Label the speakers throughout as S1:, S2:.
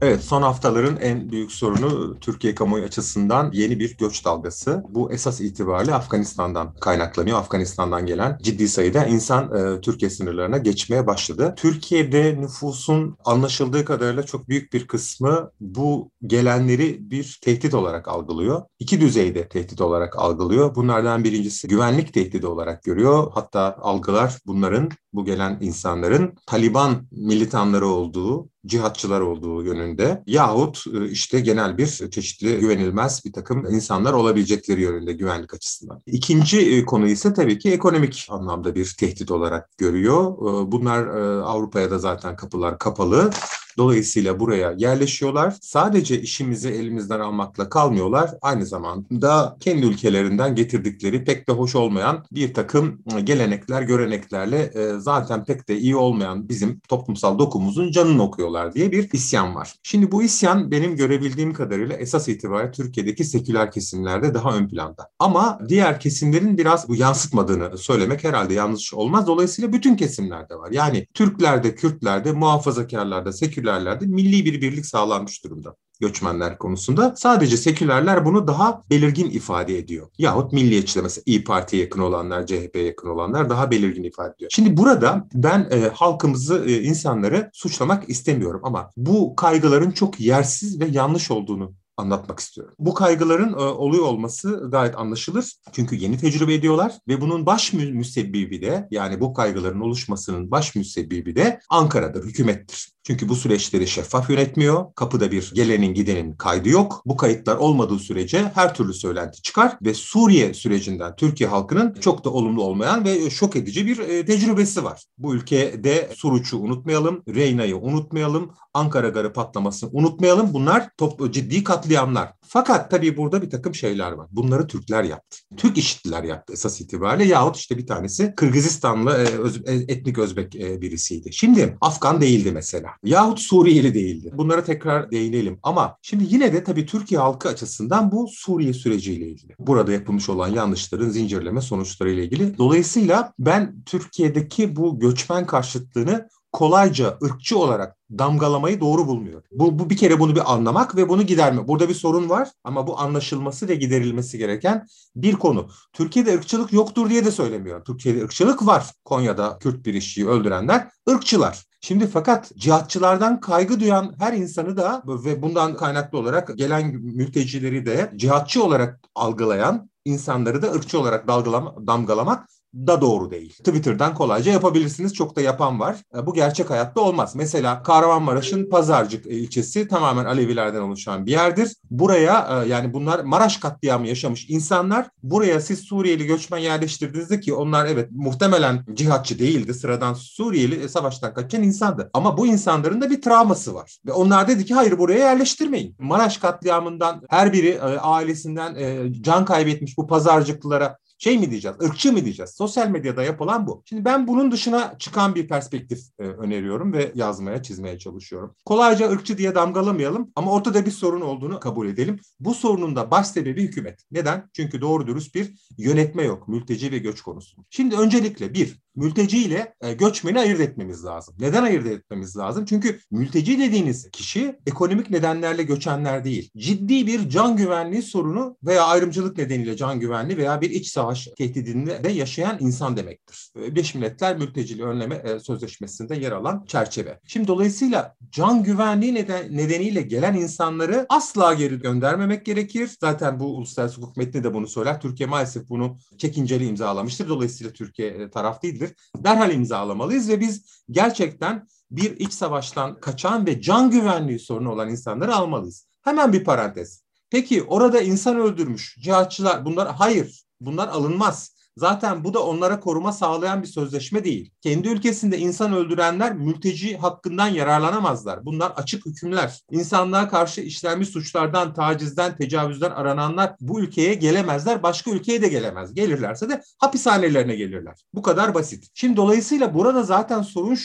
S1: Evet, son haftaların en büyük sorunu Türkiye kamuoyu açısından yeni bir göç dalgası. Bu esas itibariyle Afganistan'dan kaynaklanıyor. Afganistan'dan gelen ciddi sayıda insan Türkiye sınırlarına geçmeye başladı. Türkiye'de nüfusun anlaşıldığı kadarıyla çok büyük bir kısmı bu gelenleri bir tehdit olarak algılıyor. İki düzeyde tehdit olarak algılıyor. Bunlardan birincisi güvenlik tehdidi olarak görüyor. Hatta algılar bunların, bu gelen insanların Taliban militanları olduğu, cihatçılar olduğu yönünde yahut işte genel bir çeşitli güvenilmez bir takım insanlar olabilecekleri yönünde güvenlik açısından. İkinci konu ise tabii ki ekonomik anlamda bir tehdit olarak görüyor. Bunlar Avrupa'ya da zaten kapılar kapalı. Dolayısıyla buraya yerleşiyorlar. Sadece işimizi elimizden almakla kalmıyorlar. Aynı zamanda kendi ülkelerinden getirdikleri pek de hoş olmayan bir takım gelenekler, göreneklerle zaten pek de iyi olmayan bizim toplumsal dokumuzun canını okuyorlar diye bir isyan var. Şimdi bu isyan benim görebildiğim kadarıyla esas itibariyle Türkiye'deki seküler kesimlerde daha ön planda. Ama diğer kesimlerin biraz bu yansıtmadığını söylemek herhalde yanlış olmaz. Dolayısıyla bütün kesimlerde var. Yani Türklerde, Kürtlerde, muhafazakarlarda, sekülerlerde milli bir birlik sağlanmış durumda göçmenler konusunda. Sadece sekülerler bunu daha belirgin ifade ediyor. Yahut milliyetçiler, mesela İYİ Parti'ye yakın olanlar, CHP'ye yakın olanlar daha belirgin ifade ediyor. Şimdi burada ben halkımızı, insanları suçlamak istemiyorum ama bu kaygıların çok yersiz ve yanlış olduğunu anlatmak istiyorum. Bu kaygıların oluyor olması gayet anlaşılır. Çünkü yeni tecrübe ediyorlar ve bunun baş müsebbibi de, yani bu kaygıların oluşmasının baş müsebbibi de Ankara'dır, hükümettir. Çünkü bu süreçleri şeffaf yönetmiyor. Kapıda bir gelenin gidenin kaydı yok. Bu kayıtlar olmadığı sürece her türlü söylenti çıkar ve Suriye sürecinden Türkiye halkının çok da olumlu olmayan ve şok edici bir tecrübesi var. Bu ülkede Suruç'u unutmayalım, Reyna'yı unutmayalım, Ankara Garı patlamasını unutmayalım. Bunlar ciddi katliamlar. Fakat tabii burada bir takım şeyler var. Bunları Türkler yaptı. Türk IŞİD'liler yaptı esas itibariyle, yahut işte bir tanesi Kırgızistanlı etnik Özbek birisiydi. Şimdi Afgan değildi mesela. Yahut Suriyeli değildi. Bunlara tekrar değinelim. Ama şimdi yine de tabii Türkiye halkı açısından bu Suriye süreciyle ilgili. Burada yapılmış olan yanlışların zincirleme sonuçlarıyla ilgili. Dolayısıyla ben Türkiye'deki bu göçmen karşıtlığını kolayca ırkçı olarak damgalamayı doğru bulmuyorum. Bu bir kere bunu bir anlamak ve bunu gidermek. Burada bir sorun var ama bu anlaşılması ve giderilmesi gereken bir konu. Türkiye'de ırkçılık yoktur diye de söylemiyorum. Türkiye'de ırkçılık var. Konya'da Kürt bir işçiyi öldürenler ırkçılar. Şimdi fakat cihatçılardan kaygı duyan her insanı da ve bundan kaynaklı olarak gelen mültecileri de cihatçı olarak algılayan insanları da ırkçı olarak damgalamak da doğru değil. Twitter'dan kolayca yapabilirsiniz. Çok da yapan var. Bu gerçek hayatta olmaz. Mesela Kahramanmaraş'ın Pazarcık ilçesi tamamen Alevilerden oluşan bir yerdir. Buraya yani bunlar Maraş katliamı yaşamış insanlar. Buraya siz Suriyeli göçmen yerleştirdiğinizde, ki onlar evet muhtemelen cihatçı değildi. Sıradan Suriyeli savaştan kaçan insandı. Ama bu insanların da bir travması var. Ve onlar dedi ki hayır, buraya yerleştirmeyin. Maraş katliamından her biri ailesinden can kaybetmiş bu pazarcıklılara şey mi diyeceğiz, ırkçı mı diyeceğiz? Sosyal medyada yapılan bu. Şimdi ben bunun dışına çıkan bir perspektif öneriyorum ve yazmaya, çizmeye çalışıyorum. Kolayca ırkçı diye damgalamayalım ama ortada bir sorun olduğunu kabul edelim. Bu sorunun da baş sebebi hükümet. Neden? Çünkü doğru dürüst bir yönetme yok mülteci ve göç konusunda. Şimdi öncelikle mülteci ile göçmeni ayırt etmemiz lazım. Neden ayırt etmemiz lazım? Çünkü mülteci dediğiniz kişi ekonomik nedenlerle göçenler değil. Ciddi bir can güvenliği sorunu veya ayrımcılık nedeniyle can güvenliği veya bir iç savaş tehdidinde de yaşayan insan demektir. Birleşmiş Milletler Mülteciliği Önleme Sözleşmesi'nde yer alan çerçeve. Şimdi dolayısıyla can güvenliği nedeniyle gelen insanları asla geri göndermemek gerekir. Zaten bu uluslararası hukuk metni de bunu söyler. Türkiye maalesef bunu çekinceli imzalamıştır. Dolayısıyla Türkiye taraf değildir. Derhal imzalamalıyız ve biz gerçekten bir iç savaştan kaçan ve can güvenliği sorunu olan insanları almalıyız. Hemen bir parantez. Peki orada insan öldürmüş cihatçılar, hayır, bunlar alınmaz. Zaten bu da onlara koruma sağlayan bir sözleşme değil. Kendi ülkesinde insan öldürenler mülteci hakkından yararlanamazlar. Bunlar açık hükümler. İnsanlığa karşı işlenmiş suçlardan, tacizden, tecavüzden arananlar bu ülkeye gelemezler. Başka ülkeye de gelemez. Gelirlerse de hapishanelerine gelirler. Bu kadar basit. Şimdi dolayısıyla burada zaten sorun şu.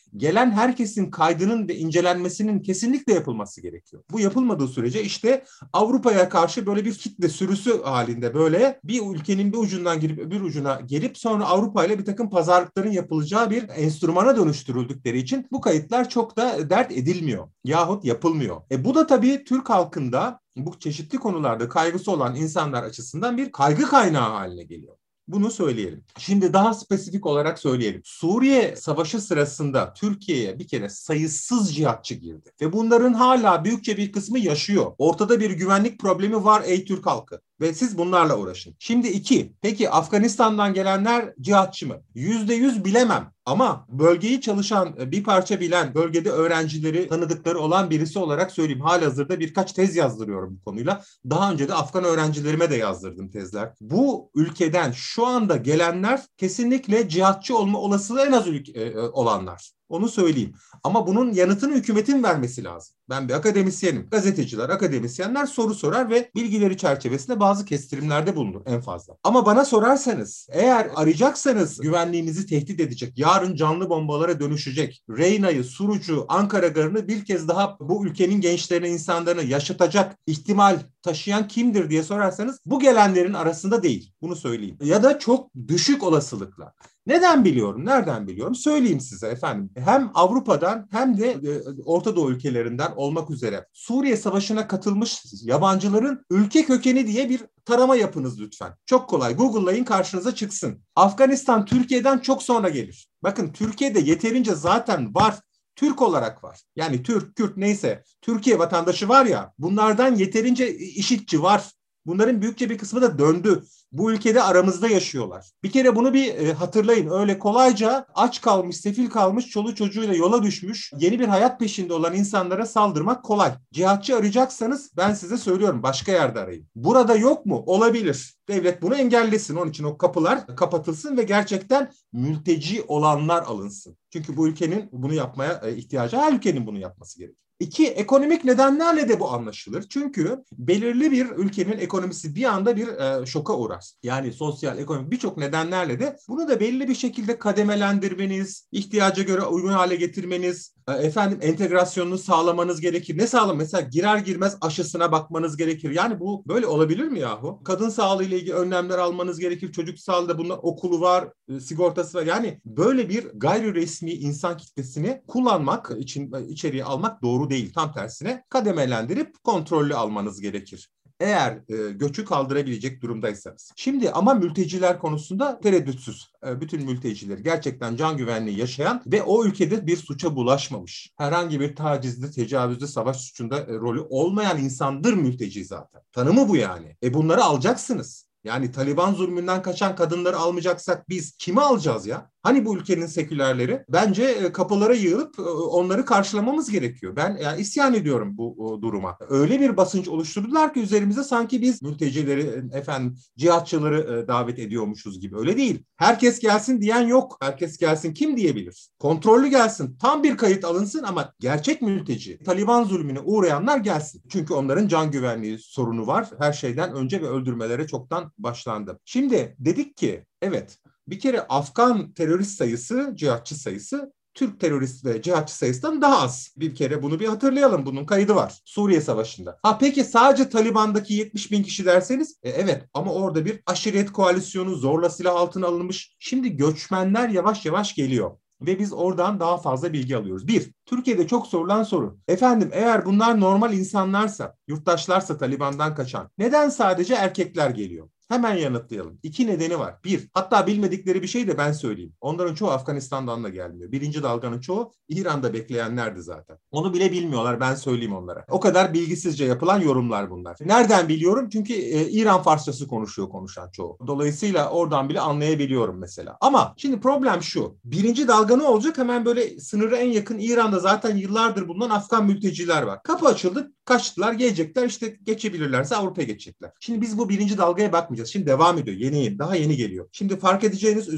S1: gelen herkesin kaydının ve incelenmesinin kesinlikle yapılması gerekiyor. Bu yapılmadığı sürece işte Avrupa'ya karşı böyle bir kitle sürüsü halinde böyle bir ülkenin bir ucundan girip öbür ucuna gelip sonra Avrupa ile bir takım pazarlıkların yapılacağı bir enstrümana dönüştürüldükleri için bu kayıtlar çok da dert edilmiyor yahut yapılmıyor. Bu da tabii Türk halkında bu çeşitli konularda kaygısı olan insanlar açısından bir kaygı kaynağı haline geliyor. Bunu söyleyelim. Şimdi daha spesifik olarak söyleyelim. Suriye Savaşı sırasında Türkiye'ye bir kere sayısız cihatçı girdi. Ve bunların hala büyükçe bir kısmı yaşıyor. Ortada bir güvenlik problemi var ey Türk halkı. Ve siz bunlarla uğraşın. Şimdi 2. Peki Afganistan'dan gelenler cihatçı mı? %100 bilemem. Ama bölgeyi çalışan, bir parça bilen, bölgede öğrencileri, tanıdıkları olan birisi olarak söyleyeyim. Halihazırda birkaç tez yazdırıyorum bu konuyla. Daha önce de Afgan öğrencilerime de yazdırdım tezler. Bu ülkeden şu anda gelenler kesinlikle cihatçı olma olasılığı en az olanlar. Onu söyleyeyim. Ama bunun yanıtını hükümetin vermesi lazım. Ben bir akademisyenim. Gazeteciler, akademisyenler soru sorar ve bilgileri çerçevesinde bazı kestirimlerde bulunur en fazla. Ama bana sorarsanız, eğer arayacaksanız güvenliğimizi tehdit edecek, yarın canlı bombalara dönüşecek, Reyna'yı, Suruç'u, Ankara Garı'nı bir kez daha bu ülkenin gençlerine, insanlarını yaşatacak ihtimal taşıyan kimdir diye sorarsanız bu gelenlerin arasında değil. Bunu söyleyeyim. Ya da çok düşük olasılıkla. Neden biliyorum? Nereden biliyorum? Söyleyeyim size efendim. Hem Avrupa'dan hem de Orta Doğu ülkelerinden olmak üzere Suriye Savaşı'na katılmış yabancıların ülke kökeni diye bir tarama yapınız lütfen. Çok kolay. Google'layın karşınıza çıksın. Afganistan Türkiye'den çok sonra gelir. Bakın Türkiye'de yeterince zaten var. Türk olarak var. Yani Türk, Kürt neyse Türkiye vatandaşı var ya, bunlardan yeterince IŞİD'ci var. Bunların büyükçe bir kısmı da döndü. Bu ülkede aramızda yaşıyorlar. Bir kere bunu bir hatırlayın. Öyle kolayca aç kalmış, sefil kalmış, çoluğu çocuğuyla yola düşmüş, yeni bir hayat peşinde olan insanlara saldırmak kolay. Cihatçı arayacaksanız ben size söylüyorum, başka yerde arayın. Burada yok mu? Olabilir. Devlet bunu engellesin. Onun için o kapılar kapatılsın ve gerçekten mülteci olanlar alınsın. Çünkü bu ülkenin bunu yapmaya ihtiyacı, her ülkenin bunu yapması gerekiyor. 2. Ekonomik nedenlerle de bu anlaşılır. Çünkü belirli bir ülkenin ekonomisi bir anda bir şoka uğrar. Yani sosyal, ekonomik birçok nedenlerle de bunu da belli bir şekilde kademelendirmeniz, ihtiyaca göre uygun hale getirmeniz, entegrasyonunu sağlamanız gerekir. Ne sağlam? Mesela girer girmez aşısına bakmanız gerekir. Yani bu böyle olabilir mi yahu? Kadın sağlığı ile ilgili önlemler almanız gerekir. Çocuk sağlığı da bunun okulu var, sigortası var. Yani böyle bir gayri resmi insan kitlesini kullanmak için içeriye almak doğru değil. Tam tersine kademelendirip kontrollü almanız gerekir. Eğer göçü kaldırabilecek durumdaysanız. Şimdi ama mülteciler konusunda tereddütsüz. Bütün mültecileri gerçekten can güvenliği yaşayan ve o ülkede bir suça bulaşmamış, herhangi bir tacizde, tecavüzde, savaş suçunda rolü olmayan insandır mülteci zaten. Tanımı bu yani. Bunları alacaksınız. Yani Taliban zulmünden kaçan kadınları almayacaksak biz kimi alacağız ya? Hani bu ülkenin sekülerleri? Bence kapılara yığılıp onları karşılamamız gerekiyor. Ben isyan ediyorum bu duruma. Öyle bir basınç oluşturdular ki üzerimize, sanki biz mültecileri, cihatçıları davet ediyormuşuz gibi. Öyle değil. Herkes gelsin diyen yok. Herkes gelsin kim diyebilir? Kontrollü gelsin. Tam bir kayıt alınsın ama gerçek mülteci, Taliban zulmüne uğrayanlar gelsin. Çünkü onların can güvenliği sorunu var. Her şeyden önce ve öldürmelere çoktan başlandı. Şimdi dedik ki evet, bir kere Afgan terörist sayısı, cihatçı sayısı Türk terörist ve cihatçı sayısından daha az. Bir kere bunu bir hatırlayalım. Bunun kaydı var Suriye Savaşı'nda. Peki sadece Taliban'daki 70 bin kişi derseniz evet, ama orada bir aşiret koalisyonu zorla silah altına alınmış. Şimdi göçmenler yavaş yavaş geliyor. Ve biz oradan daha fazla bilgi alıyoruz. Türkiye'de çok sorulan soru. Efendim, eğer bunlar normal insanlarsa, yurttaşlarsa Taliban'dan kaçan, neden sadece erkekler geliyor? Hemen yanıtlayalım. 2 nedeni var. Hatta bilmedikleri bir şey de ben söyleyeyim. Onların çoğu Afganistan'dan da gelmiyor. Birinci dalganın çoğu İran'da bekleyenlerdi zaten. Onu bile bilmiyorlar, ben söyleyeyim onlara. O kadar bilgisizce yapılan yorumlar bunlar. Nereden biliyorum? Çünkü İran Farsçası konuşan çoğu. Dolayısıyla oradan bile anlayabiliyorum mesela. Ama şimdi problem şu. Birinci dalga ne olacak? Hemen böyle sınıra en yakın İran'da zaten yıllardır bulunan Afgan mülteciler var. Kapı açıldı. Kaçtılar, gelecekler, işte geçebilirlerse Avrupa'ya geçecekler. Şimdi biz bu birinci dalgaya bakmayacağız. Şimdi devam ediyor. Daha yeni geliyor. Şimdi fark edeceğiniz üzere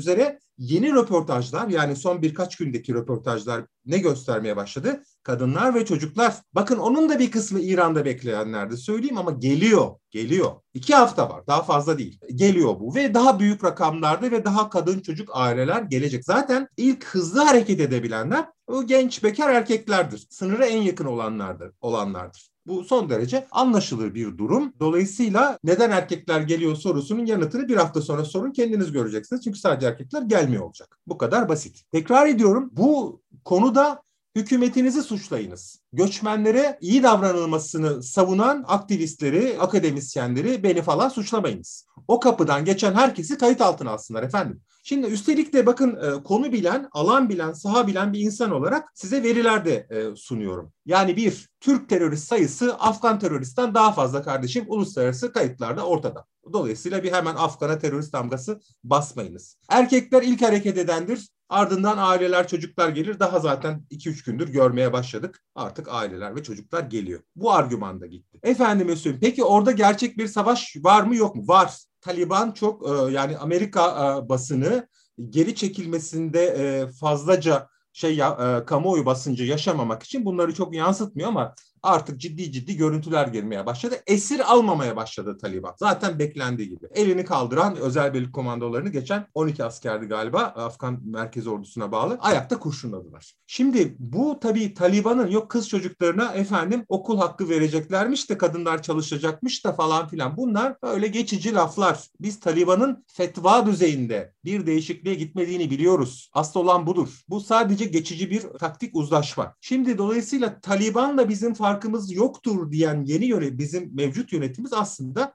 S1: yeni röportajlar, yani son birkaç gündeki röportajlar ne göstermeye başladı? Kadınlar ve çocuklar. Bakın onun da bir kısmı İran'da bekleyenlerdi söyleyeyim ama geliyor. 2 hafta var, daha fazla değil. Geliyor bu ve daha büyük rakamlarda ve daha kadın çocuk aileler gelecek. Zaten ilk hızlı hareket edebilenler o genç bekar erkeklerdir. Sınıra en yakın olanlardır. Bu son derece anlaşılır bir durum. Dolayısıyla neden erkekler geliyor sorusunun yanıtını bir hafta sonra sorun, kendiniz göreceksiniz. Çünkü sadece erkekler gelmiyor olacak. Bu kadar basit. Tekrar ediyorum, bu konuda hükümetinizi suçlayınız. Göçmenlere iyi davranılmasını savunan aktivistleri, akademisyenleri, beni falan suçlamayınız. O kapıdan geçen herkesi kayıt altına alsınlar efendim. Şimdi üstelik de bakın, konu bilen, alan bilen, saha bilen bir insan olarak size veriler de sunuyorum. Yani bir, Türk terörist sayısı Afgan teröristten daha fazla kardeşim, uluslararası kayıtlarda ortada. Dolayısıyla bir hemen Afgan'a terörist damgası basmayınız. Erkekler ilk hareket edendir. Ardından aileler, çocuklar gelir. Daha zaten 2-3 gündür görmeye başladık. Artık aileler ve çocuklar geliyor. Bu argüman da gitti. Efendime söyleyeyim. Peki orada gerçek bir savaş var mı yok mu? Var. Taliban çok yani Amerika basını geri çekilmesinde fazlaca kamuoyu basıncı yaşamamak için bunları çok yansıtmıyor ama artık ciddi görüntüler gelmeye başladı. Esir almamaya başladı Taliban. Zaten beklendiği gibi. Elini kaldıran özel birlik komandolarını geçen 12 askerdi galiba, Afgan Merkez Ordusu'na bağlı, ayakta kurşunladılar. Şimdi bu tabii Taliban'ın yok kız çocuklarına efendim okul hakkı vereceklermiş de kadınlar çalışacakmış da falan filan. Bunlar öyle geçici laflar. Biz Taliban'ın fetva düzeyinde bir değişikliğe gitmediğini biliyoruz. Asıl olan budur. Bu sadece geçici bir taktik uzlaşma. Şimdi dolayısıyla Taliban'la bizim farkımız yoktur diyen bizim mevcut yönetimimiz aslında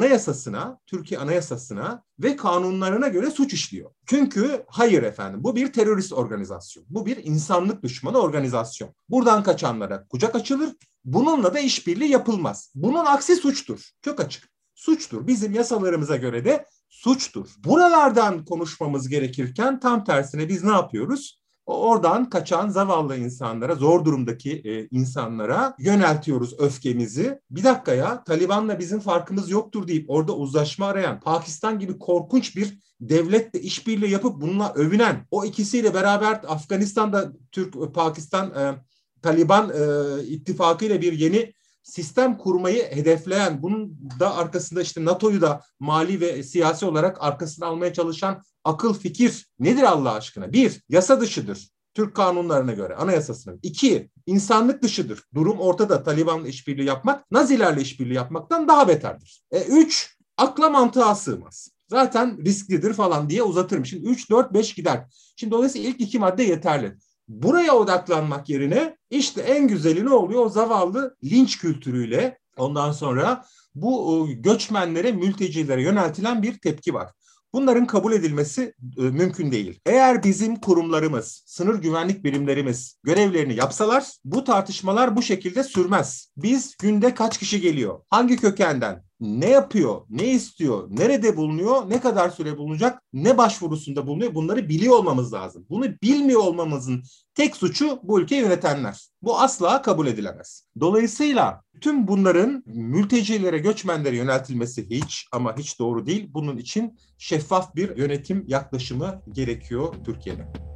S1: Türkiye Anayasasına ve kanunlarına göre suç işliyor. Çünkü hayır efendim, bu bir terörist organizasyon. Bu bir insanlık düşmanı organizasyon. Buradan kaçanlara kucak açılır. Bununla da işbirliği yapılmaz. Bunun aksi suçtur. Çok açık. Suçtur. Bizim yasalarımıza göre de suçtur. Buralardan konuşmamız gerekirken tam tersine biz ne yapıyoruz? Oradan kaçan zavallı insanlara, zor durumdaki insanlara yöneltiyoruz öfkemizi. Bir dakika ya, Taliban'la bizim farkımız yoktur deyip orada uzlaşma arayan, Pakistan gibi korkunç bir devletle işbirliği yapıp bununla övünen, o ikisiyle beraber Afganistan'da Türk-Pakistan Taliban ittifakıyla bir yeni sistem kurmayı hedefleyen, bunun da arkasında işte NATO'yu da mali ve siyasi olarak arkasına almaya çalışan akıl fikir nedir Allah aşkına? 1. Yasa dışıdır. Türk kanunlarına göre, anayasasının. 2. insanlık dışıdır. Durum ortada. Taliban'la işbirliği yapmak, Nazilerle işbirliği yapmaktan daha beterdir. 3. Akla mantığa sığmaz. Zaten risklidir falan diye uzatırım. Şimdi 3, 4, 5 gider. Şimdi dolayısıyla ilk 2 madde yeterli. Buraya odaklanmak yerine işte en güzeli ne oluyor? O zavallı linç kültürüyle ondan sonra bu göçmenlere, mültecilere yöneltilen bir tepki var. Bunların kabul edilmesi mümkün değil. Eğer bizim kurumlarımız, sınır güvenlik birimlerimiz görevlerini yapsalar bu tartışmalar bu şekilde sürmez. Biz günde kaç kişi geliyor, hangi kökenden, ne yapıyor, ne istiyor, nerede bulunuyor, ne kadar süre bulunacak, ne başvurusunda bulunuyor, bunları biliyor olmamız lazım. Bunu bilmiyor olmamızın tek suçu bu ülkeyi yönetenler. Bu asla kabul edilemez. Dolayısıyla tüm bunların mültecilere, göçmenlere yöneltilmesi hiç ama hiç doğru değil. Bunun için şeffaf bir yönetim yaklaşımı gerekiyor Türkiye'de.